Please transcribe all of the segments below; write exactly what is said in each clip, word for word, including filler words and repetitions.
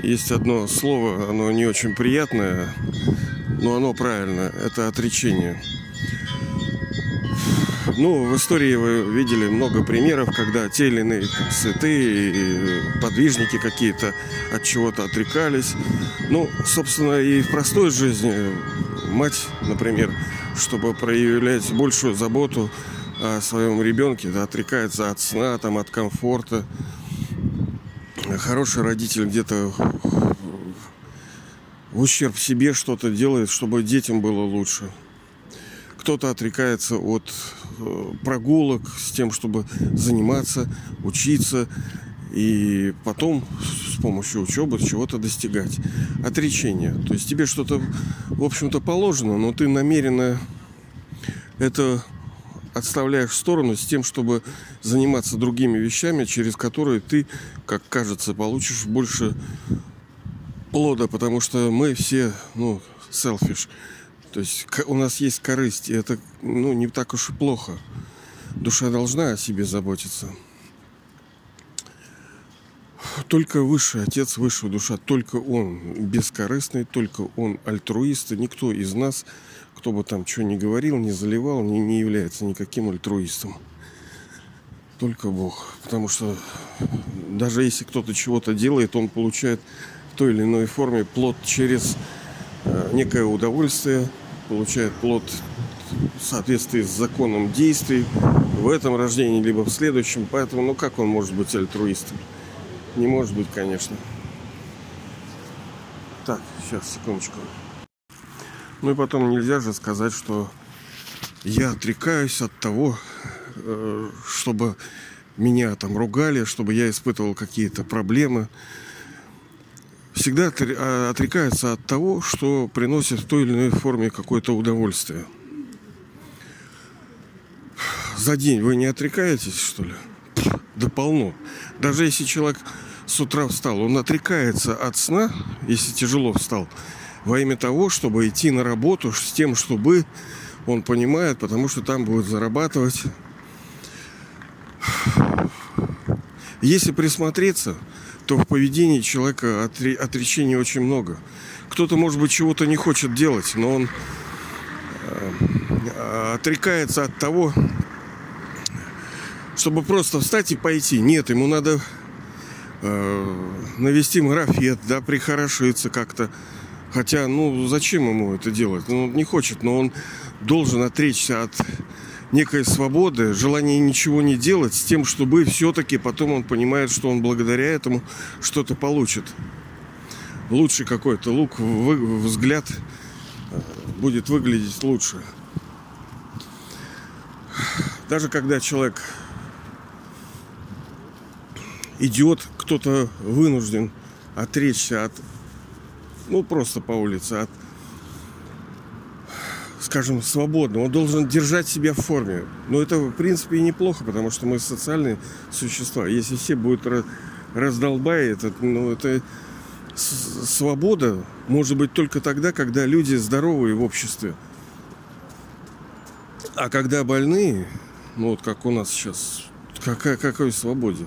Есть одно слово, оно не очень приятное, но оно правильное. Это отречение. Ну, в истории вы видели много примеров, когда те или иные святые, подвижники какие-то от чего-то отрекались. Ну, собственно, и в простой жизни мать, например, чтобы проявлять большую заботу о своем ребенке, да, отрекается от сна, там, от комфорта. Хороший родитель где-то в ущерб себе что-то делает, чтобы детям было лучше. Кто-то отрекается от прогулок с тем, чтобы заниматься, учиться и потом с помощью учебы чего-то достигать. Отречение. То есть тебе что-то, в общем-то, положено, но ты намеренно это отставляешь в сторону с тем, чтобы заниматься другими вещами, через которые ты, как кажется, получишь больше плода, потому что мы все, ну, selfish. То есть у нас есть корысть, и это, ну, не так уж и плохо. Душа должна о себе заботиться. Только высший отец, высшая душа, только он бескорыстный, только он альтруист, и никто из нас, кто бы там что ни говорил, не заливал, не, не является никаким альтруистом. Только Бог. Потому что даже если кто-то чего-то делает, он получает в той или иной форме плод через э, некое удовольствие, получает плод в соответствии с законом действий в этом рождении, либо в следующем. Поэтому, ну как он может быть альтруистом? Не может быть, конечно. Так, сейчас, секундочку. Ну и потом нельзя же сказать, что я отрекаюсь от того, чтобы меня там ругали, чтобы я испытывал какие-то проблемы. Всегда отрекаются от того, что приносит в той или иной форме какое-то удовольствие. За день вы не отрекаетесь, что ли? Да полно. Даже если человек с утра встал, он отрекается от сна, если тяжело встал, во имя того, чтобы идти на работу с тем, чтобы он понимает, потому что там будет зарабатывать. Если присмотреться, то в поведении человека отречений очень много. Кто-то, может быть, чего-то не хочет делать, но он отрекается от того, чтобы просто встать и пойти. Нет, ему надо э, навести марафет, да, прихорошиться как-то. Хотя, ну, зачем ему это делать? Ну, он не хочет, но он должен отречься от некой свободы, желания ничего не делать, с тем, чтобы все-таки потом он понимает, что он благодаря этому что-то получит. Лучший какой-то лук, взгляд будет выглядеть лучше. Даже когда человек идет, кто-то вынужден отречься от, ну, просто по улице, от, скажем, свободно. Он должен держать себя в форме. Но это, в принципе, и неплохо, потому что мы социальные существа. Если все будут раздолбай, это, ну, это свобода может быть только тогда, когда люди здоровые в обществе. А когда больные, ну, вот как у нас сейчас, какая, какой свободе?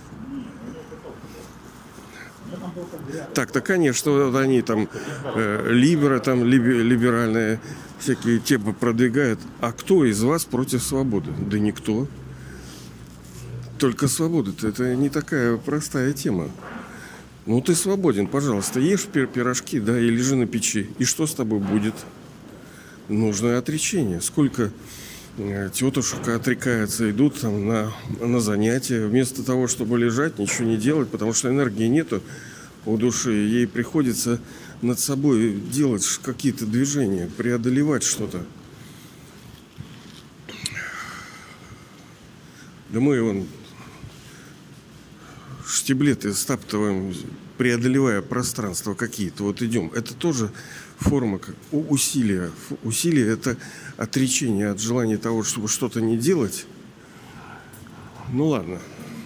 Так-то, конечно, вот они там э, либеры, там либи, либеральные всякие темы продвигают. А кто из вас против свободы? Да никто. Только свобода-то это не такая простая тема. Ну, ты свободен, пожалуйста, ешь пирожки, да, и лежи на печи. И что с тобой будет? Нужное отречение. Сколько тетушек отрекаются, идут там на, на занятия, вместо того, чтобы лежать, ничего не делать, потому что энергии нету у души. Ей приходится над собой делать какие-то движения, преодолевать что-то. Да мы вон штиблеты стаптываем, преодолевая пространство какие-то. Вот идем. Это тоже форма как усилия. Усилие – это отречение от желания того, чтобы что-то не делать. Ну ладно.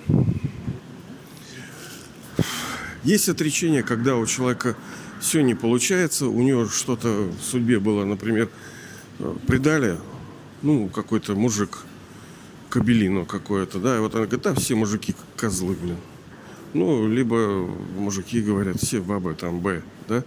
Есть отречение, когда у человека все не получается, у него что-то в судьбе было, например, предали, ну, какой-то мужик, кобелину какое-то, да, и вот она говорит, да, все мужики козлы, блин. Ну, либо мужики говорят, все бабы там Б, да?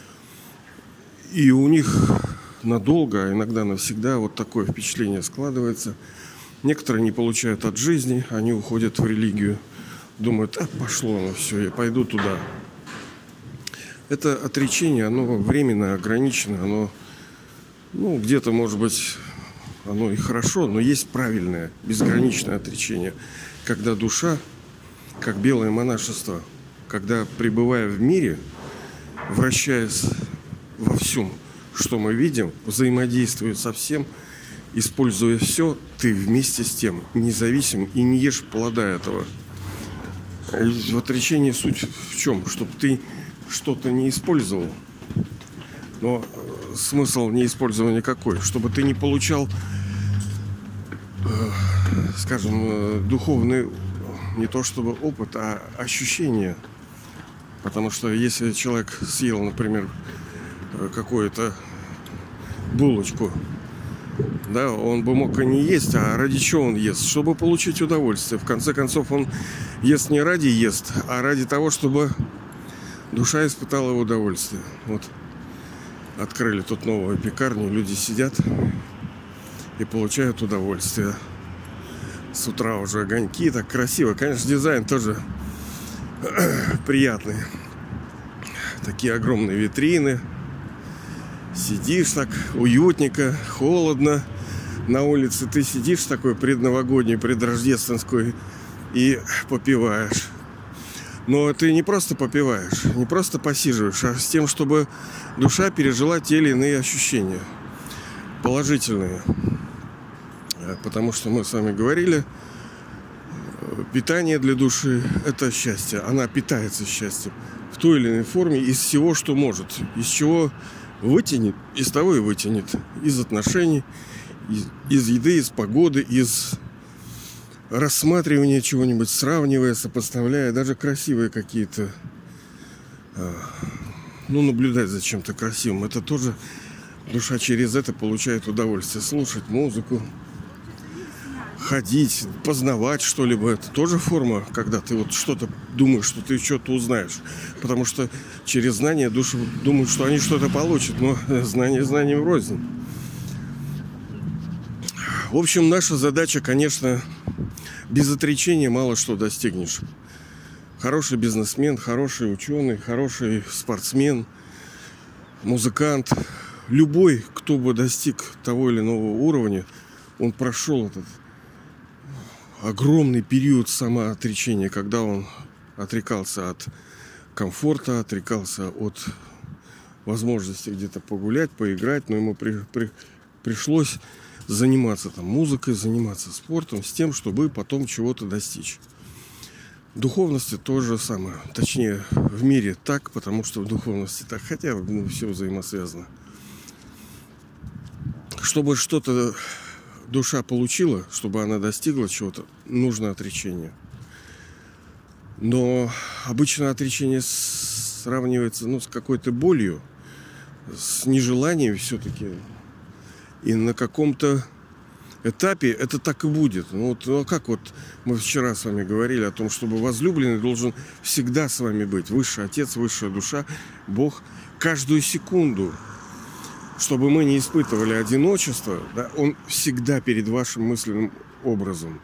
И у них надолго, а иногда навсегда вот такое впечатление складывается. Некоторые не получают от жизни, они уходят в религию. Думают, а пошло оно все, я пойду туда. Это отречение, оно временно ограничено, оно, ну, где-то, может быть, оно и хорошо, но есть правильное, безграничное отречение, когда душа, как белое монашество, когда, пребывая в мире, вращаясь во всем, что мы видим, взаимодействуя со всем, используя все, ты вместе с тем независим и не ешь плода этого. И в отречении суть в чем? Чтобы ты что-то не использовал. Но смысл неиспользования какой? Чтобы ты не получал, скажем, духовный, не то чтобы опыт, а ощущение. Потому что если человек съел, например, какую-то булочку, да, он бы мог и не есть, а ради чего он ест? Чтобы получить удовольствие. В конце концов, он ест не ради ест, а ради того, чтобы душа испытала удовольствие. Вот открыли тут новую пекарню, люди сидят и получают удовольствие. С утра уже огоньки, так красиво. Конечно, дизайн тоже приятный. Такие огромные витрины. Сидишь так уютненько, холодно. На улице ты сидишь такой предновогодний, предрождественской и попиваешь. Но ты не просто попиваешь, не просто посиживаешь, а с тем, чтобы душа пережила те или иные ощущения. Положительные. Потому что мы с вами говорили, питание для души – это счастье. Она питается счастьем в той или иной форме из всего, что может. Из чего вытянет, из того и вытянет. Из отношений, из, из еды, из погоды, из рассматривания чего-нибудь, сравнивая, сопоставляя, даже красивые какие-то, ну, наблюдать за чем-то красивым. Это тоже душа через это получает удовольствие. Слушать музыку, ходить, познавать что-либо. Это тоже форма, когда ты вот что-то думаешь, что ты что-то узнаешь. Потому что через знания души думают, что они что-то получат. Но знание знанием рознь. В общем, наша задача, конечно, без отречения мало что достигнешь. Хороший бизнесмен, хороший ученый, хороший спортсмен, музыкант. Любой, кто бы достиг того или иного уровня, он прошел этот огромный период самоотречения, когда он отрекался от комфорта, отрекался от возможности где-то погулять, поиграть, но ему при, при, пришлось заниматься там музыкой, заниматься спортом с тем, чтобы потом чего-то достичь. В духовности то же самое. Точнее, в мире так, потому что в духовности так. Хотя ну, все взаимосвязано. Чтобы что-то душа получила, чтобы она достигла чего-то, нужно отречение. Но обычно отречение сравнивается ну, с какой-то болью, с нежеланием все-таки. И на каком-то этапе это так и будет. Ну, вот, ну, как вот мы вчера с вами говорили о том, чтобы возлюбленный должен всегда с вами быть. Высший Отец, высшая душа, Бог. Каждую секунду, чтобы мы не испытывали одиночество, да, Он всегда перед вашим мысленным образом.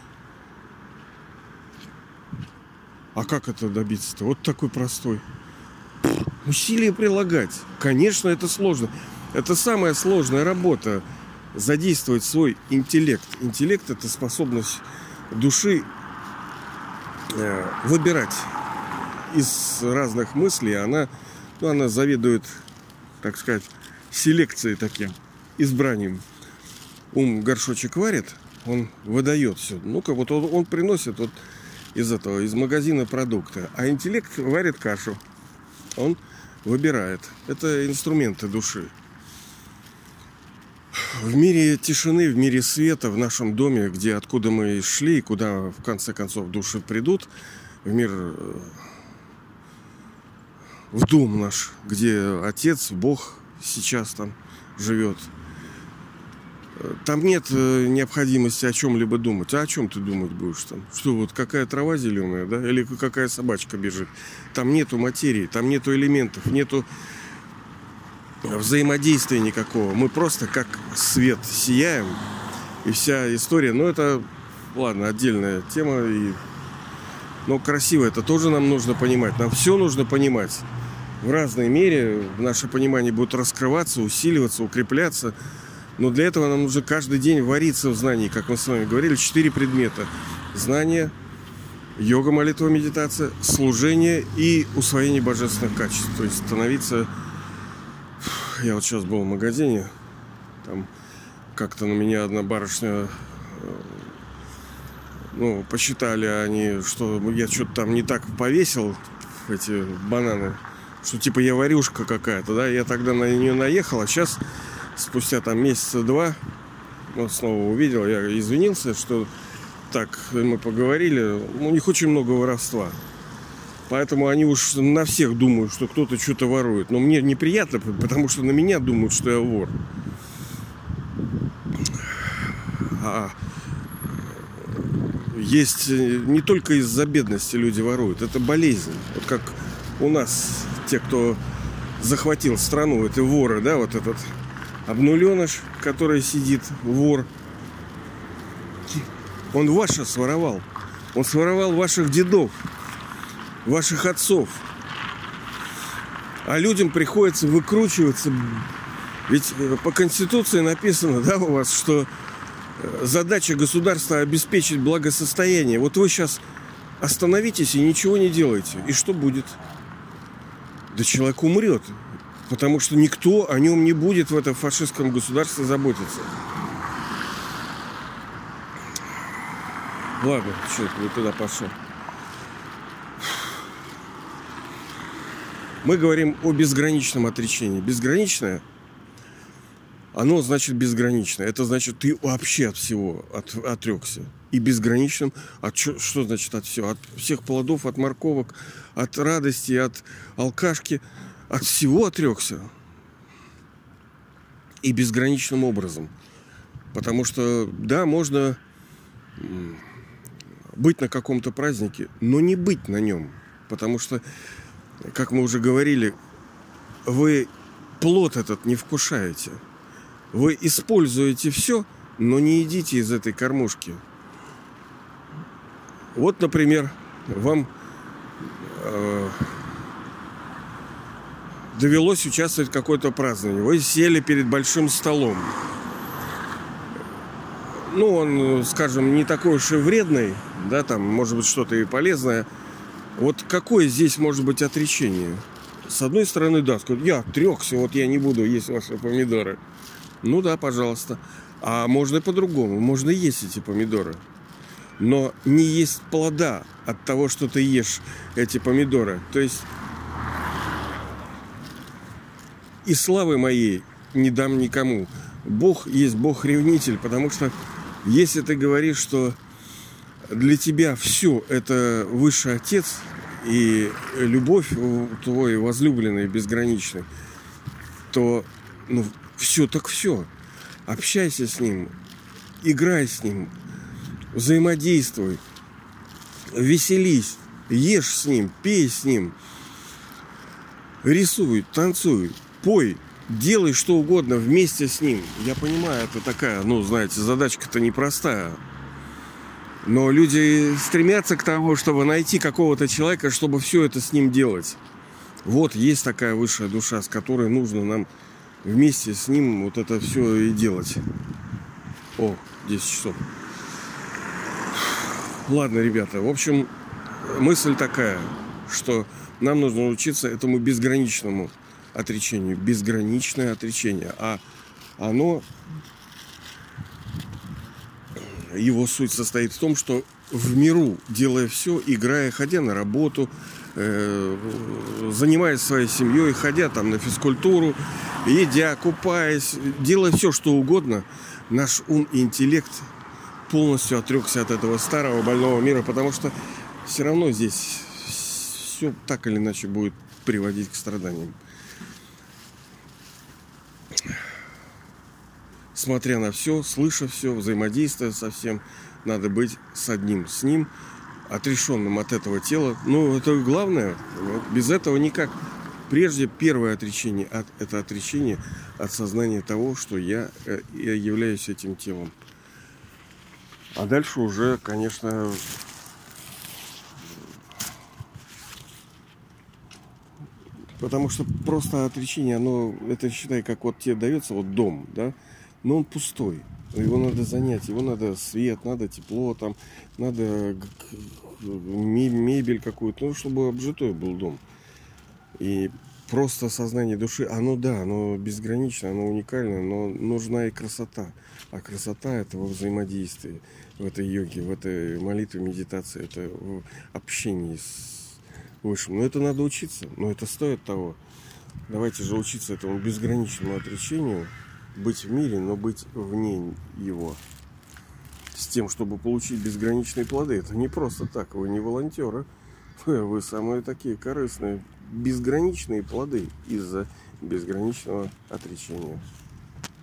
А как это добиться-то? Вот такой простой. Усилия прилагать. Конечно, это сложно. Это самая сложная работа. Задействовать свой интеллект. Интеллект – это способность души э, выбирать из разных мыслей. Она, ну, она заведует, так сказать, селекцией таким, избранием. Ум горшочек варит, он выдает все. Ну-ка, вот он, он приносит вот из этого, из магазина продукты. А интеллект варит кашу. Он выбирает. Это инструменты души. В мире тишины, в мире света, в нашем доме, где откуда мы шли, куда в конце концов души придут, в мир, в дом наш, где Отец, Бог сейчас там живет. Там нет необходимости о чем-либо думать. А о чем ты думать будешь там? Что вот какая трава зеленая, да? Или какая собачка бежит? Там нету материи, там нету элементов, нету взаимодействия никакого. Мы просто как свет сияем. И вся история, ну это, ладно, отдельная тема. И... Но красиво это тоже нам нужно понимать. Нам все нужно понимать. В разной мере наше понимание будет раскрываться, усиливаться, укрепляться. Но для этого нам нужно каждый день вариться в знании, как мы с вами говорили, четыре предмета. Знание, йога, молитва, медитация, служение и усвоение божественных качеств. То есть становиться... Я вот сейчас был в магазине, там как-то на меня одна барышня... Ну, посчитали они, что я что-то там не так повесил, эти бананы, что типа я варюшка какая-то, да, я тогда на нее наехал, а сейчас... Спустя там месяца два, вот снова увидел, я извинился, что так мы поговорили, у них очень много воровства. Поэтому они уж на всех думают, что кто-то что-то ворует. Но мне неприятно, потому что на меня думают, что я вор. А есть не только из-за бедности люди воруют, это болезнь. Вот как у нас те, кто захватил страну, это воры, да, вот этот... Обнуленыш, который сидит, вор, он ваше своровал. Он своровал ваших дедов, ваших отцов. А людям приходится выкручиваться. Ведь по Конституции написано, да, у вас, что задача государства обеспечить благосостояние. Вот вы сейчас остановитесь и ничего не делаете. И что будет? Да человек умрет. Потому что никто о нем не будет в этом фашистском государстве заботиться. Ладно, что это, я туда пошел. Мы говорим о безграничном отречении. Безграничное, оно значит безграничное. Это значит, ты вообще от всего от, отрекся. И безграничным, от, что значит от всего? От всех плодов, от морковок, от радости, от алкашки. От всего отрекся. И безграничным образом. Потому что, да, можно быть на каком-то празднике, но не быть на нем. Потому что, как мы уже говорили, вы плод этот не вкушаете. Вы используете все, но не едите из этой кормушки. Вот, например, вам... Э- довелось участвовать в какой-то праздновании. Вы сели перед большим столом. Ну, он, скажем, не такой уж и вредный, да, там, может быть, что-то и полезное. Вот какое здесь может быть отречение? С одной стороны, да, сказать, я отрекся, вот я не буду есть ваши помидоры. Ну да, пожалуйста. А можно и по-другому. Можно есть эти помидоры. Но не есть плода от того, что ты ешь эти помидоры. То есть и славы моей не дам никому. Бог есть Бог-ревнитель, потому что если ты говоришь, что для тебя все это Высший Отец и любовь твой возлюбленный безграничный, то ну, все так все. Общайся с Ним, играй с Ним, взаимодействуй, веселись, ешь с Ним, пей с Ним, рисуй, танцуй. Пой, делай что угодно вместе с ним. Я понимаю, это такая, ну, знаете, задачка-то непростая. Но люди стремятся к тому, чтобы найти какого-то человека, чтобы все это с ним делать. Вот есть такая высшая душа, с которой нужно нам вместе с ним вот это все и делать. О, десять часов. Ладно, ребята, в общем, мысль такая, что нам нужно учиться этому безграничному отречению. Безграничное отречение. А оно, его суть состоит в том, что в миру, делая все, играя, ходя на работу, э, занимаясь своей семьей, ходя там на физкультуру, едя, купаясь, делая все, что угодно, наш ум и интеллект полностью отрекся от этого старого больного мира, потому что все равно здесь все так или иначе будет приводить к страданиям. смотря на все, слыша все, взаимодействуя со всем, надо быть с одним, с ним, отрешенным от этого тела. Ну, это главное. Вот. Без этого никак. Прежде первое отречение от, это отречение от сознания того, что я, я являюсь этим телом. А дальше уже, конечно, потому что просто отречение, оно, это считай, как вот тебе дается вот дом, да, но он пустой. Его надо занять, его надо свет, надо тепло, там, надо мебель какую-то, ну, чтобы обжитой был дом. И просто сознание души, оно, да, оно безгранично, оно уникально, но нужна и красота. А красота — это во взаимодействии, в этой йоге, в этой молитве, медитации, это в общении с Высшим. Но это надо учиться, но это стоит того. Давайте же учиться этому безграничному отречению, быть в мире, но быть вне его. С тем, чтобы получить безграничные плоды. Это не просто так, вы не волонтеры. Вы, вы самые такие корыстные, безграничные плоды из-за безграничного отречения.